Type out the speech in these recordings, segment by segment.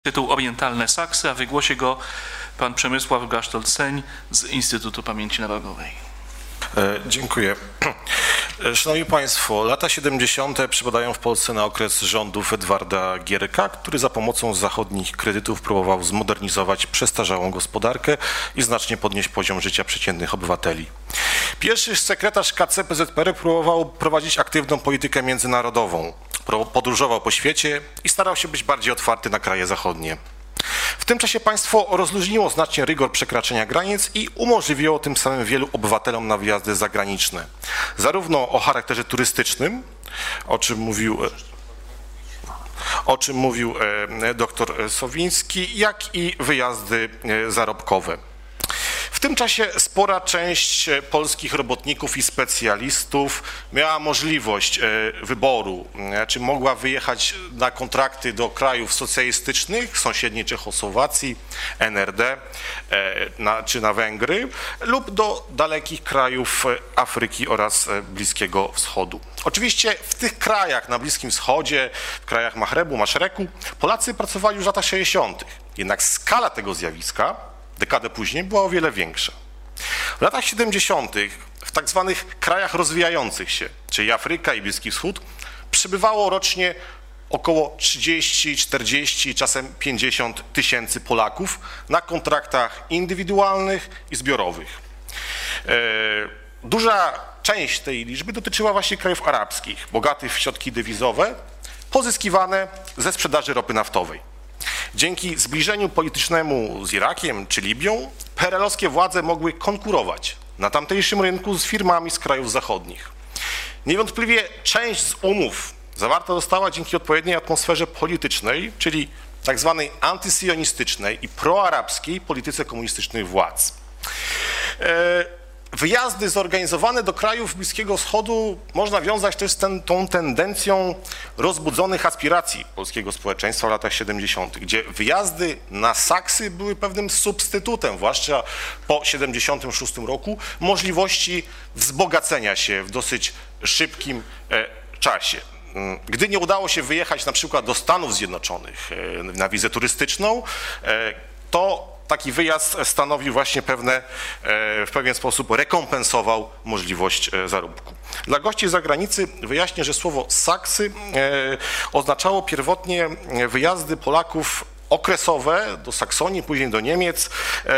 Tytuł Orientalne Saksy, a wygłosi go pan Przemysław Gasztold-Seń z Instytutu Pamięci Narodowej. Dziękuję. Szanowni Państwo, lata 70. przypadają w Polsce na okres rządów Edwarda Gierka, który za pomocą zachodnich kredytów próbował zmodernizować przestarzałą gospodarkę i znacznie podnieść poziom życia przeciętnych obywateli. Pierwszy sekretarz KCPZPR próbował prowadzić aktywną politykę międzynarodową. Podróżował po świecie i starał się być bardziej otwarty na kraje zachodnie. W tym czasie państwo rozluźniło znacznie rygor przekraczania granic i umożliwiło tym samym wielu obywatelom na wyjazdy zagraniczne. Zarówno o charakterze turystycznym, o czym mówił dr Sowiński, jak i wyjazdy zarobkowe. W tym czasie spora część polskich robotników i specjalistów miała możliwość wyboru, czy mogła wyjechać na kontrakty do krajów socjalistycznych, sąsiedniej Czechosłowacji, NRD, czy na Węgry, lub do dalekich krajów Afryki oraz Bliskiego Wschodu. Oczywiście w tych krajach na Bliskim Wschodzie, w krajach Maszereku, Polacy pracowali już w latach 60. Jednak skala tego zjawiska dekadę później była o wiele większa. W latach 70. w tak zwanych krajach rozwijających się, czyli Afryka i Bliski Wschód, przybywało rocznie około 30, 40, czasem 50 tysięcy Polaków na kontraktach indywidualnych i zbiorowych. Duża część tej liczby dotyczyła właśnie krajów arabskich, bogatych w środki dewizowe, pozyskiwane ze sprzedaży ropy naftowej. Dzięki zbliżeniu politycznemu z Irakiem czy Libią, PRL-owskie władze mogły konkurować na tamtejszym rynku z firmami z krajów zachodnich. Niewątpliwie część z umów zawarta została dzięki odpowiedniej atmosferze politycznej, czyli tak zwanej antysyjonistycznej i proarabskiej polityce komunistycznych władz. Wyjazdy zorganizowane do krajów Bliskiego Wschodu można wiązać też z tą tendencją rozbudzonych aspiracji polskiego społeczeństwa w latach 70., gdzie wyjazdy na Saksy były pewnym substytutem, zwłaszcza po 76 roku, możliwości wzbogacenia się w dosyć szybkim czasie. Gdy nie udało się wyjechać na przykład do Stanów Zjednoczonych na wizę turystyczną, to taki wyjazd stanowił właśnie w pewien sposób rekompensował możliwość zarobku. Dla gości z zagranicy wyjaśnię, że słowo Saksy oznaczało pierwotnie wyjazdy Polaków okresowe do Saksonii, później do Niemiec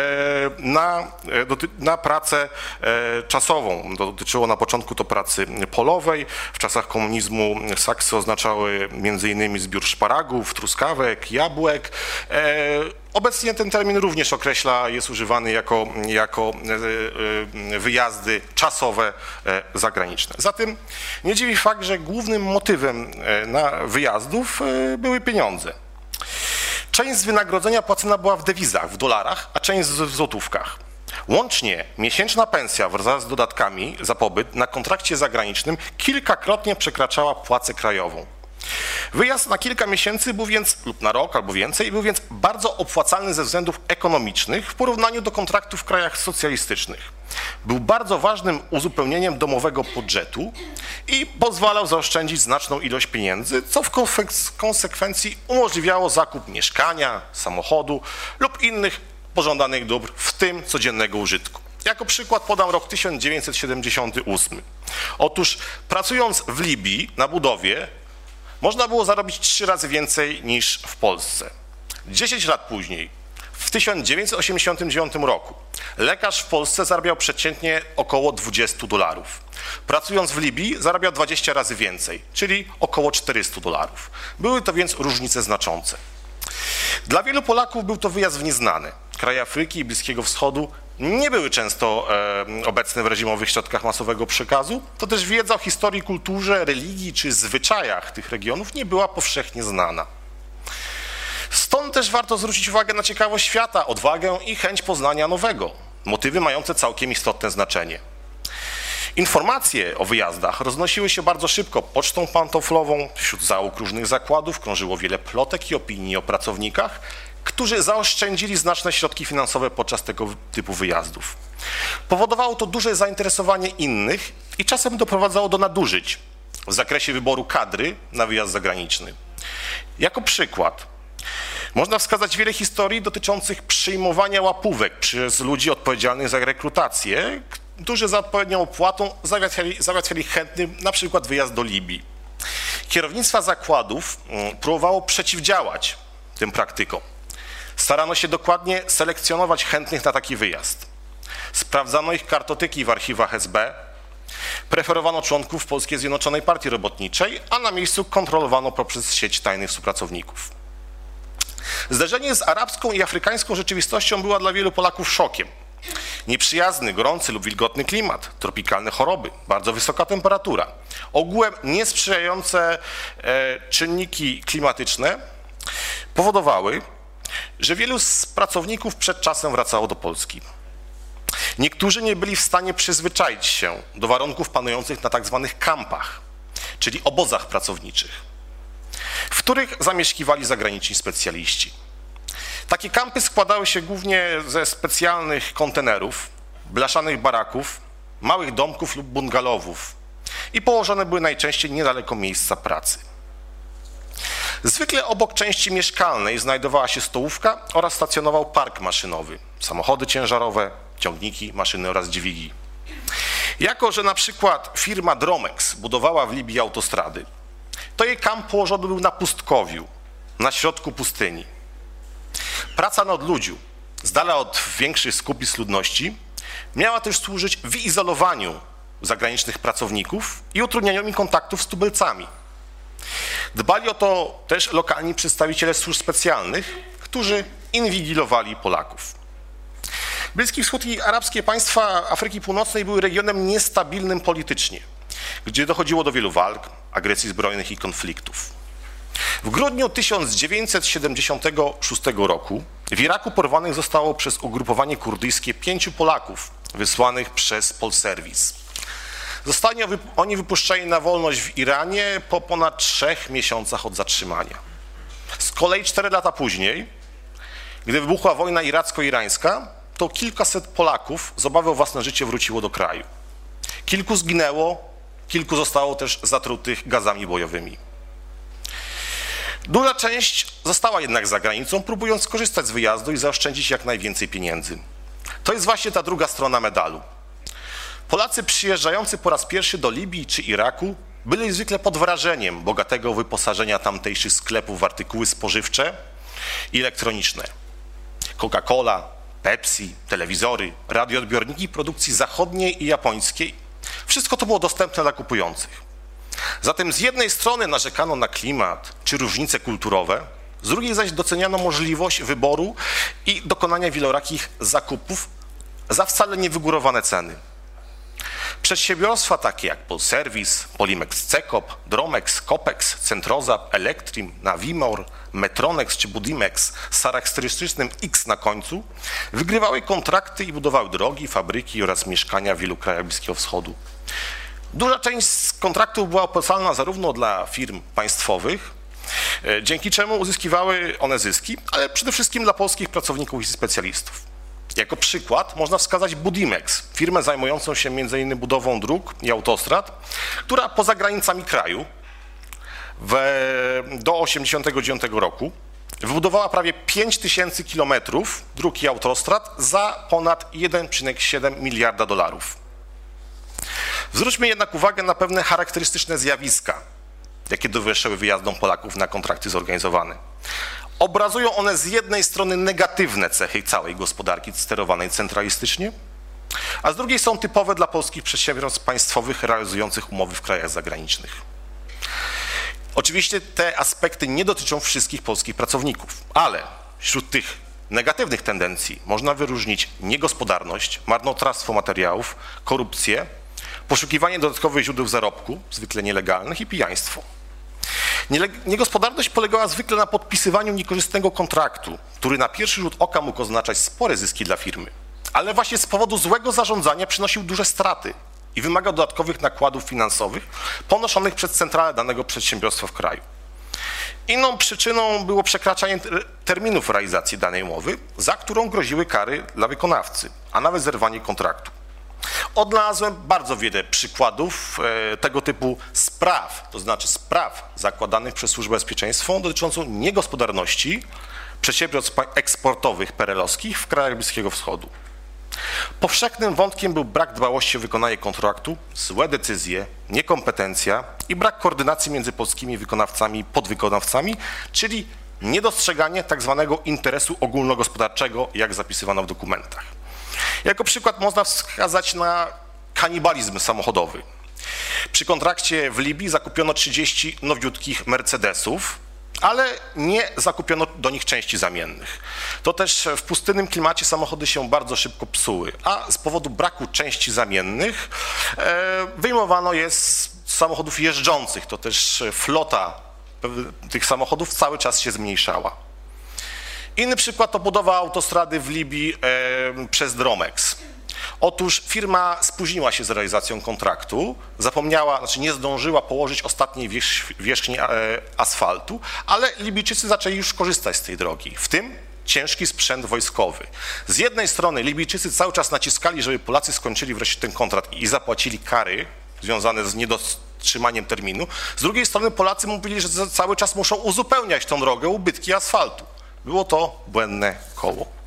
na pracę czasową. Dotyczyło na początku to pracy polowej. W czasach komunizmu Saksy oznaczały m.in. zbiór szparagów, truskawek, jabłek. Obecnie ten termin również jest używany jako wyjazdy czasowe zagraniczne. Zatem nie dziwi fakt, że głównym motywem wyjazdów były pieniądze. Część z wynagrodzenia płacona była w dewizach, w dolarach, a część w złotówkach. Łącznie miesięczna pensja wraz z dodatkami za pobyt na kontrakcie zagranicznym kilkakrotnie przekraczała płacę krajową. Wyjazd na kilka miesięcy lub na rok albo więcej był więc bardzo opłacalny ze względów ekonomicznych w porównaniu do kontraktów w krajach socjalistycznych. Był bardzo ważnym uzupełnieniem domowego budżetu i pozwalał zaoszczędzić znaczną ilość pieniędzy, co w konsekwencji umożliwiało zakup mieszkania, samochodu lub innych pożądanych dóbr, w tym codziennego użytku. Jako przykład podam rok 1978. Otóż pracując w Libii na budowie można było zarobić 3 razy więcej niż w Polsce. 10 lat później, w 1989 roku, lekarz w Polsce zarabiał przeciętnie około $20. Pracując w Libii zarabiał 20 razy więcej, czyli około $400. Były to więc różnice znaczące. Dla wielu Polaków był to wyjazd w nieznane. Kraje Afryki i Bliskiego Wschodu nie były często obecne w reżimowych środkach masowego przekazu, to też wiedza o historii, kulturze, religii czy zwyczajach tych regionów nie była powszechnie znana. Stąd też warto zwrócić uwagę na ciekawość świata, odwagę i chęć poznania nowego, motywy mające całkiem istotne znaczenie. Informacje o wyjazdach roznosiły się bardzo szybko pocztą pantoflową, wśród załóg różnych zakładów krążyło wiele plotek i opinii o pracownikach, którzy zaoszczędzili znaczne środki finansowe podczas tego typu wyjazdów. Powodowało to duże zainteresowanie innych i czasem doprowadzało do nadużyć w zakresie wyboru kadry na wyjazd zagraniczny. Jako przykład Można wskazać wiele historii dotyczących przyjmowania łapówek przez ludzi odpowiedzialnych za rekrutację, którzy za odpowiednią opłatą załatwiali chętnym na przykład wyjazd do Libii. Kierownictwa zakładów próbowało przeciwdziałać tym praktykom. Starano się dokładnie selekcjonować chętnych na taki wyjazd. Sprawdzano ich kartoteki w archiwach SB, preferowano członków Polskiej Zjednoczonej Partii Robotniczej, a na miejscu kontrolowano poprzez sieć tajnych współpracowników. Zderzenie z arabską i afrykańską rzeczywistością była dla wielu Polaków szokiem. Nieprzyjazny, gorący lub wilgotny klimat, tropikalne choroby, bardzo wysoka temperatura, ogółem niesprzyjające czynniki klimatyczne powodowały, że wielu z pracowników przed czasem wracało do Polski. Niektórzy nie byli w stanie przyzwyczaić się do warunków panujących na tak zwanych kampach, czyli obozach pracowniczych, w których zamieszkiwali zagraniczni specjaliści. Takie kampy składały się głównie ze specjalnych kontenerów, blaszanych baraków, małych domków lub bungalowów i położone były najczęściej niedaleko miejsca pracy. Zwykle obok części mieszkalnej znajdowała się stołówka oraz stacjonował park maszynowy, samochody ciężarowe, ciągniki, maszyny oraz dźwigi. Jako że na przykład firma Dromex budowała w Libii autostrady, to jej kamp położony był na pustkowiu, na środku pustyni. Praca na odludziu, z dala od większych skupisk ludności, miała też służyć wyizolowaniu zagranicznych pracowników i utrudnianiu im kontaktów z tubylcami. Dbali o to też lokalni przedstawiciele służb specjalnych, którzy inwigilowali Polaków. Bliski Wschód i arabskie państwa Afryki Północnej były regionem niestabilnym politycznie, gdzie dochodziło do wielu walk, agresji zbrojnych i konfliktów. W grudniu 1976 roku w Iraku porwanych zostało przez ugrupowanie kurdyjskie 5 Polaków wysłanych przez Polserwis. Zostali oni wypuszczeni na wolność w Iranie po ponad 3 miesiącach od zatrzymania. Z kolei 4 lata później, gdy wybuchła wojna iracko-irańska, to kilkaset Polaków z obawy o własne życie wróciło do kraju. Kilku zginęło, kilku zostało też zatrutych gazami bojowymi. Duża część została jednak za granicą, próbując skorzystać z wyjazdu i zaoszczędzić jak najwięcej pieniędzy. To jest właśnie ta druga strona medalu. Polacy przyjeżdżający po raz pierwszy do Libii czy Iraku byli zwykle pod wrażeniem bogatego wyposażenia tamtejszych sklepów w artykuły spożywcze i elektroniczne. Coca-Cola, Pepsi, telewizory, radioodbiorniki produkcji zachodniej i japońskiej. Wszystko to było dostępne dla kupujących. Zatem z jednej strony narzekano na klimat czy różnice kulturowe, z drugiej zaś doceniano możliwość wyboru i dokonania wielorakich zakupów za wcale niewygórowane ceny. Przedsiębiorstwa takie jak Polserwis, Polimex Cekop, Dromex, Copex, Centrozap, Elektrim, Navimor, Metronex czy Budimex z charakterystycznym X na końcu wygrywały kontrakty i budowały drogi, fabryki oraz mieszkania w wielu krajach Bliskiego Wschodu. Duża część z kontraktów była opłacalna zarówno dla firm państwowych, dzięki czemu uzyskiwały one zyski, ale przede wszystkim dla polskich pracowników i specjalistów. Jako przykład można wskazać Budimex, firmę zajmującą się m.in. budową dróg i autostrad, która poza granicami kraju do 1989 roku wybudowała prawie 5000 kilometrów dróg i autostrad za ponad 1,7 miliarda dolarów. Zwróćmy jednak uwagę na pewne charakterystyczne zjawiska, jakie towarzyszyły wyjazdom Polaków na kontrakty zorganizowane. Obrazują one z jednej strony negatywne cechy całej gospodarki sterowanej centralistycznie, a z drugiej są typowe dla polskich przedsiębiorstw państwowych realizujących umowy w krajach zagranicznych. Oczywiście te aspekty nie dotyczą wszystkich polskich pracowników, ale wśród tych negatywnych tendencji można wyróżnić niegospodarność, marnotrawstwo materiałów, korupcję, poszukiwanie dodatkowych źródeł zarobku, zwykle nielegalnych, i pijaństwo. Niegospodarność polegała zwykle na podpisywaniu niekorzystnego kontraktu, który na pierwszy rzut oka mógł oznaczać spore zyski dla firmy, ale właśnie z powodu złego zarządzania przynosił duże straty i wymagał dodatkowych nakładów finansowych ponoszonych przez centralę danego przedsiębiorstwa w kraju. Inną przyczyną było przekraczanie terminów realizacji danej umowy, za którą groziły kary dla wykonawcy, a nawet zerwanie kontraktu. Odnalazłem bardzo wiele przykładów tego typu spraw, to znaczy spraw zakładanych przez Służbę Bezpieczeństwa dotyczącą niegospodarności przedsiębiorstw eksportowych perelowskich w krajach Bliskiego Wschodu. Powszechnym wątkiem był brak dbałości o wykonanie kontraktu, złe decyzje, niekompetencja i brak koordynacji między polskimi wykonawcami i podwykonawcami, czyli niedostrzeganie tzw. interesu ogólnogospodarczego, jak zapisywano w dokumentach. Jako przykład można wskazać na kanibalizm samochodowy. Przy kontrakcie w Libii zakupiono 30 nowiutkich Mercedesów, ale nie zakupiono do nich części zamiennych. To też w pustynnym klimacie samochody się bardzo szybko psuły, a z powodu braku części zamiennych wyjmowano je z samochodów jeżdżących. To też flota tych samochodów cały czas się zmniejszała. Inny przykład to budowa autostrady w Libii przez Dromex. Otóż firma spóźniła się z realizacją kontraktu, nie zdążyła położyć ostatniej wierzchni asfaltu, ale Libijczycy zaczęli już korzystać z tej drogi, w tym ciężki sprzęt wojskowy. Z jednej strony Libijczycy cały czas naciskali, żeby Polacy skończyli wreszcie ten kontrakt i zapłacili kary związane z niedotrzymaniem terminu. Z drugiej strony Polacy mówili, że cały czas muszą uzupełniać tą drogę ubytki asfaltu. Było to błędne koło.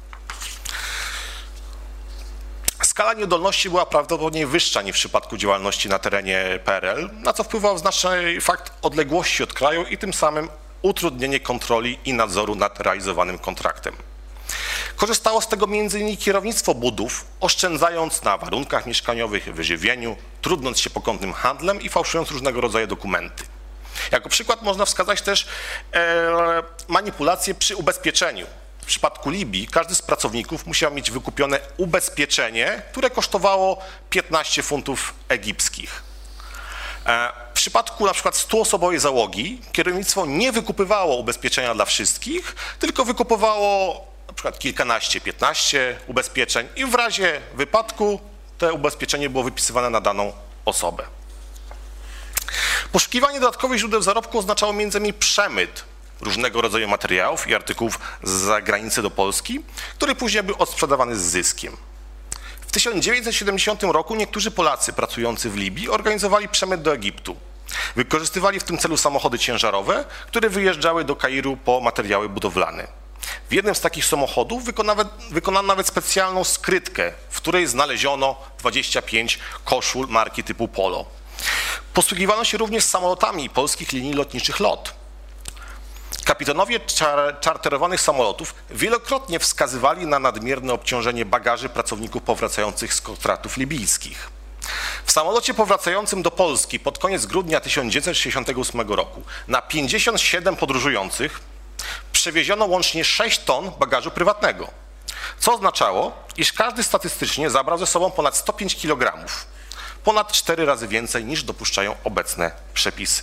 Skala niewydolności była prawdopodobnie wyższa niż w przypadku działalności na terenie PRL, na co wpływał znaczny fakt odległości od kraju i tym samym utrudnienie kontroli i nadzoru nad realizowanym kontraktem. Korzystało z tego m.in. kierownictwo budów, oszczędzając na warunkach mieszkaniowych, wyżywieniu, trudnąc się pokątnym handlem i fałszując różnego rodzaju dokumenty. Jako przykład można wskazać też manipulacje przy ubezpieczeniu. W przypadku Libii każdy z pracowników musiał mieć wykupione ubezpieczenie, które kosztowało 15 funtów egipskich. W przypadku na przykład 100-osobowej załogi kierownictwo nie wykupywało ubezpieczenia dla wszystkich, tylko wykupywało na przykład kilkanaście, 15 ubezpieczeń i w razie wypadku to ubezpieczenie było wypisywane na daną osobę. Poszukiwanie dodatkowych źródeł zarobku oznaczało m.in. przemyt różnego rodzaju materiałów i artykułów z zagranicy do Polski, który później był odsprzedawane z zyskiem. W 1970 roku niektórzy Polacy pracujący w Libii organizowali przemyt do Egiptu. Wykorzystywali w tym celu samochody ciężarowe, które wyjeżdżały do Kairu po materiały budowlane. W jednym z takich samochodów wykonano nawet specjalną skrytkę, w której znaleziono 25 koszul marki typu Polo. Posługiwano się również samolotami polskich linii lotniczych LOT. Kapitanowie czarterowanych samolotów wielokrotnie wskazywali na nadmierne obciążenie bagaży pracowników powracających z kontraktów libijskich. W samolocie powracającym do Polski pod koniec grudnia 1968 roku na 57 podróżujących przewieziono łącznie 6 ton bagażu prywatnego, co oznaczało, iż każdy statystycznie zabrał ze sobą ponad 105 kg, ponad 4 razy więcej niż dopuszczają obecne przepisy.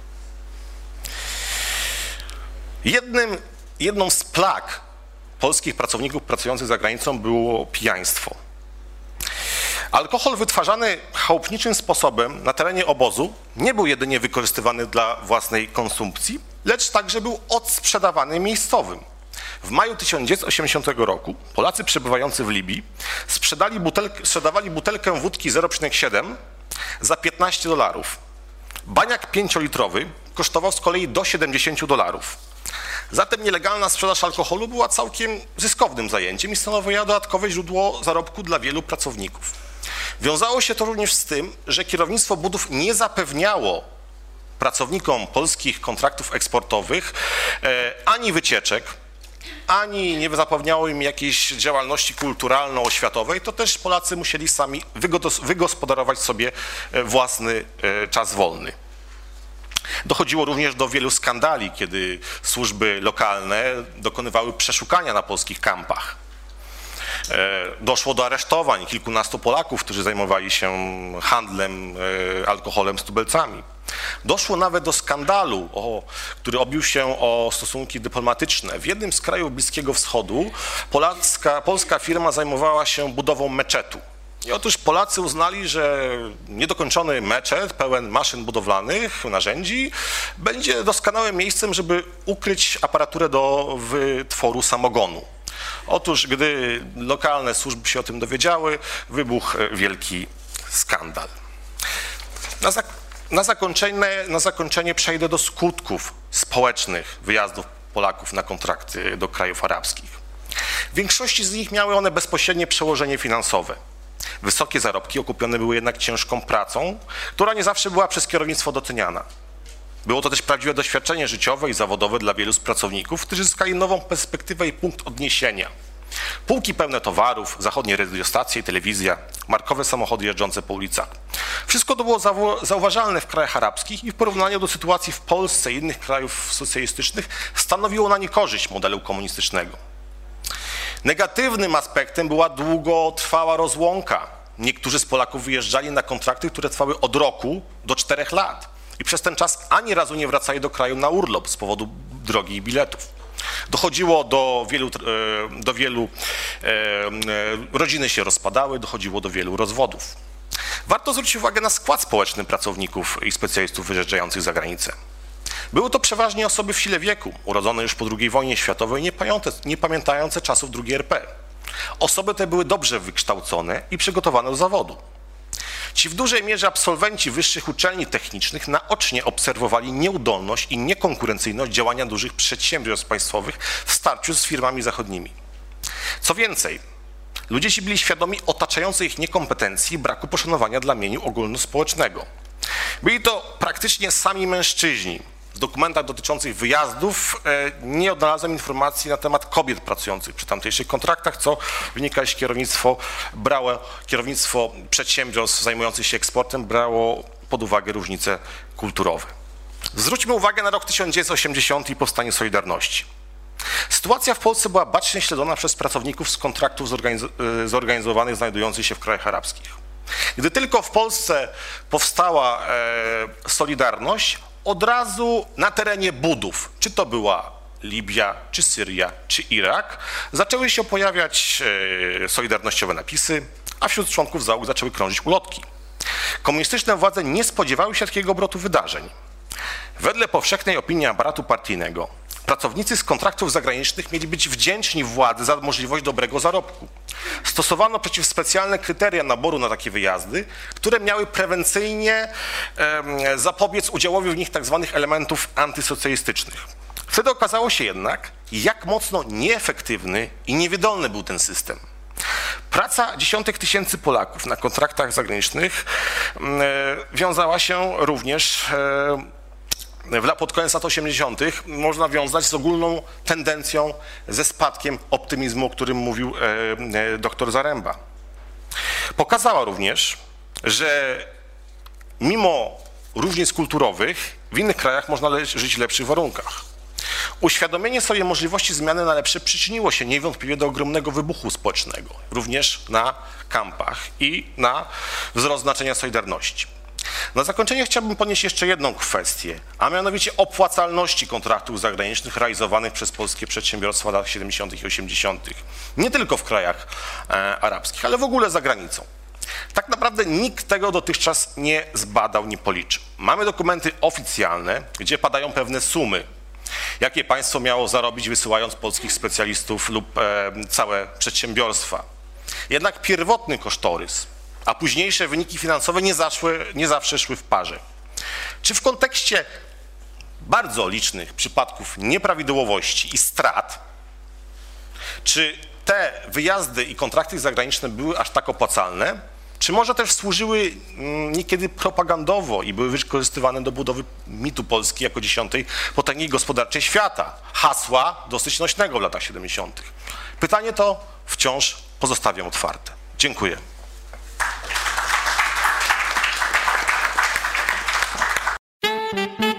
Jedną z plag polskich pracowników pracujących za granicą było pijaństwo. Alkohol wytwarzany chałupniczym sposobem na terenie obozu nie był jedynie wykorzystywany dla własnej konsumpcji, lecz także był odsprzedawany miejscowym. W maju 1980 roku Polacy przebywający w Libii sprzedawali butelkę wódki 0,7 za $15. Baniak 5-litrowy kosztował z kolei do $70. Zatem nielegalna sprzedaż alkoholu była całkiem zyskownym zajęciem i stanowiła dodatkowe źródło zarobku dla wielu pracowników. Wiązało się to również z tym, że kierownictwo budów nie zapewniało pracownikom polskich kontraktów eksportowych ani wycieczek, ani nie zapewniało im jakiejś działalności kulturalno-oświatowej, to też Polacy musieli sami wygospodarować sobie własny czas wolny. Dochodziło również do wielu skandali, kiedy służby lokalne dokonywały przeszukania na polskich kampach. Doszło do aresztowań kilkunastu Polaków, którzy zajmowali się handlem alkoholem z tubelcami. Doszło nawet do skandalu, który obił się o stosunki dyplomatyczne. W jednym z krajów Bliskiego Wschodu polska firma zajmowała się budową meczetu. I otóż Polacy uznali, że niedokończony meczet pełen maszyn budowlanych, narzędzi będzie doskonałym miejscem, żeby ukryć aparaturę do wytworu samogonu. Otóż, gdy lokalne służby się o tym dowiedziały, wybuchł wielki skandal. Na zakończenie przejdę do skutków społecznych wyjazdów Polaków na kontrakty do krajów arabskich. W większości z nich miały one bezpośrednie przełożenie finansowe. Wysokie zarobki okupione były jednak ciężką pracą, która nie zawsze była przez kierownictwo doceniana. Było to też prawdziwe doświadczenie życiowe i zawodowe dla wielu z pracowników, którzy zyskali nową perspektywę i punkt odniesienia. Półki pełne towarów, zachodnie radiostacje, telewizja, markowe samochody jeżdżące po ulicach. Wszystko to było zauważalne w krajach arabskich i w porównaniu do sytuacji w Polsce i innych krajów socjalistycznych stanowiło na niekorzyść modelu komunistycznego. Negatywnym aspektem była długotrwała rozłąka. Niektórzy z Polaków wyjeżdżali na kontrakty, które trwały od roku do 4 lat i przez ten czas ani razu nie wracali do kraju na urlop z powodu drogich biletów. Dochodziło do wielu rodziny się rozpadały, dochodziło do wielu rozwodów. Warto zwrócić uwagę na skład społeczny pracowników i specjalistów wyjeżdżających za granicę. Były to przeważnie osoby w sile wieku, urodzone już po II wojnie światowej, nie pamiętające czasów II RP. Osoby te były dobrze wykształcone i przygotowane do zawodu. Ci w dużej mierze absolwenci wyższych uczelni technicznych naocznie obserwowali nieudolność i niekonkurencyjność działania dużych przedsiębiorstw państwowych w starciu z firmami zachodnimi. Co więcej, ludzie ci byli świadomi otaczającej ich niekompetencji i braku poszanowania dla mieniu ogólnospołecznego. Byli to praktycznie sami mężczyźni. W dokumentach dotyczących wyjazdów nie odnalazłem informacji na temat kobiet pracujących przy tamtejszych kontraktach, co wynika, że kierownictwo przedsiębiorstw zajmujących się eksportem brało pod uwagę różnice kulturowe. Zwróćmy uwagę na rok 1980 i powstanie Solidarności. Sytuacja w Polsce była bacznie śledzona przez pracowników z kontraktów zorganizowanych znajdujących się w krajach arabskich. Gdy tylko w Polsce powstała Solidarność, od razu na terenie Budów, czy to była Libia, czy Syria, czy Irak, zaczęły się pojawiać solidarnościowe napisy, a wśród członków załóg zaczęły krążyć ulotki. Komunistyczne władze nie spodziewały się takiego obrotu wydarzeń. Wedle powszechnej opinii aparatu partyjnego, pracownicy z kontraktów zagranicznych mieli być wdzięczni władzy za możliwość dobrego zarobku. Stosowano przecież specjalne kryteria naboru na takie wyjazdy, które miały prewencyjnie zapobiec udziałowi w nich tzw. elementów antysocjalistycznych. Wtedy okazało się jednak, jak mocno nieefektywny i niewydolny był ten system. Praca dziesiątek tysięcy Polaków na kontraktach zagranicznych wiązała się również pod koniec lat 80. można wiązać z ogólną tendencją, ze spadkiem optymizmu, o którym mówił dr Zaręba. Pokazała również, że mimo różnic kulturowych w innych krajach można żyć w lepszych warunkach. Uświadomienie sobie możliwości zmiany na lepsze przyczyniło się niewątpliwie do ogromnego wybuchu społecznego, również na kampach i na wzrost znaczenia Solidarności. Na zakończenie chciałbym podnieść jeszcze jedną kwestię, a mianowicie opłacalności kontraktów zagranicznych realizowanych przez polskie przedsiębiorstwa w latach 70. i 80. Nie tylko w krajach arabskich, ale w ogóle za granicą. Tak naprawdę nikt tego dotychczas nie zbadał, nie policzył. Mamy dokumenty oficjalne, gdzie padają pewne sumy, jakie państwo miało zarobić, wysyłając polskich specjalistów lub całe przedsiębiorstwa. Jednak pierwotny kosztorys, a późniejsze wyniki finansowe nie zawsze szły w parze. Czy w kontekście bardzo licznych przypadków nieprawidłowości i strat, czy te wyjazdy i kontrakty zagraniczne były aż tak opłacalne, czy może też służyły niekiedy propagandowo i były wykorzystywane do budowy mitu Polski jako 10. potęgi gospodarczej świata? Hasła dosyć nośnego w latach 70. Pytanie to wciąż pozostawiam otwarte. Dziękuję. Thank you.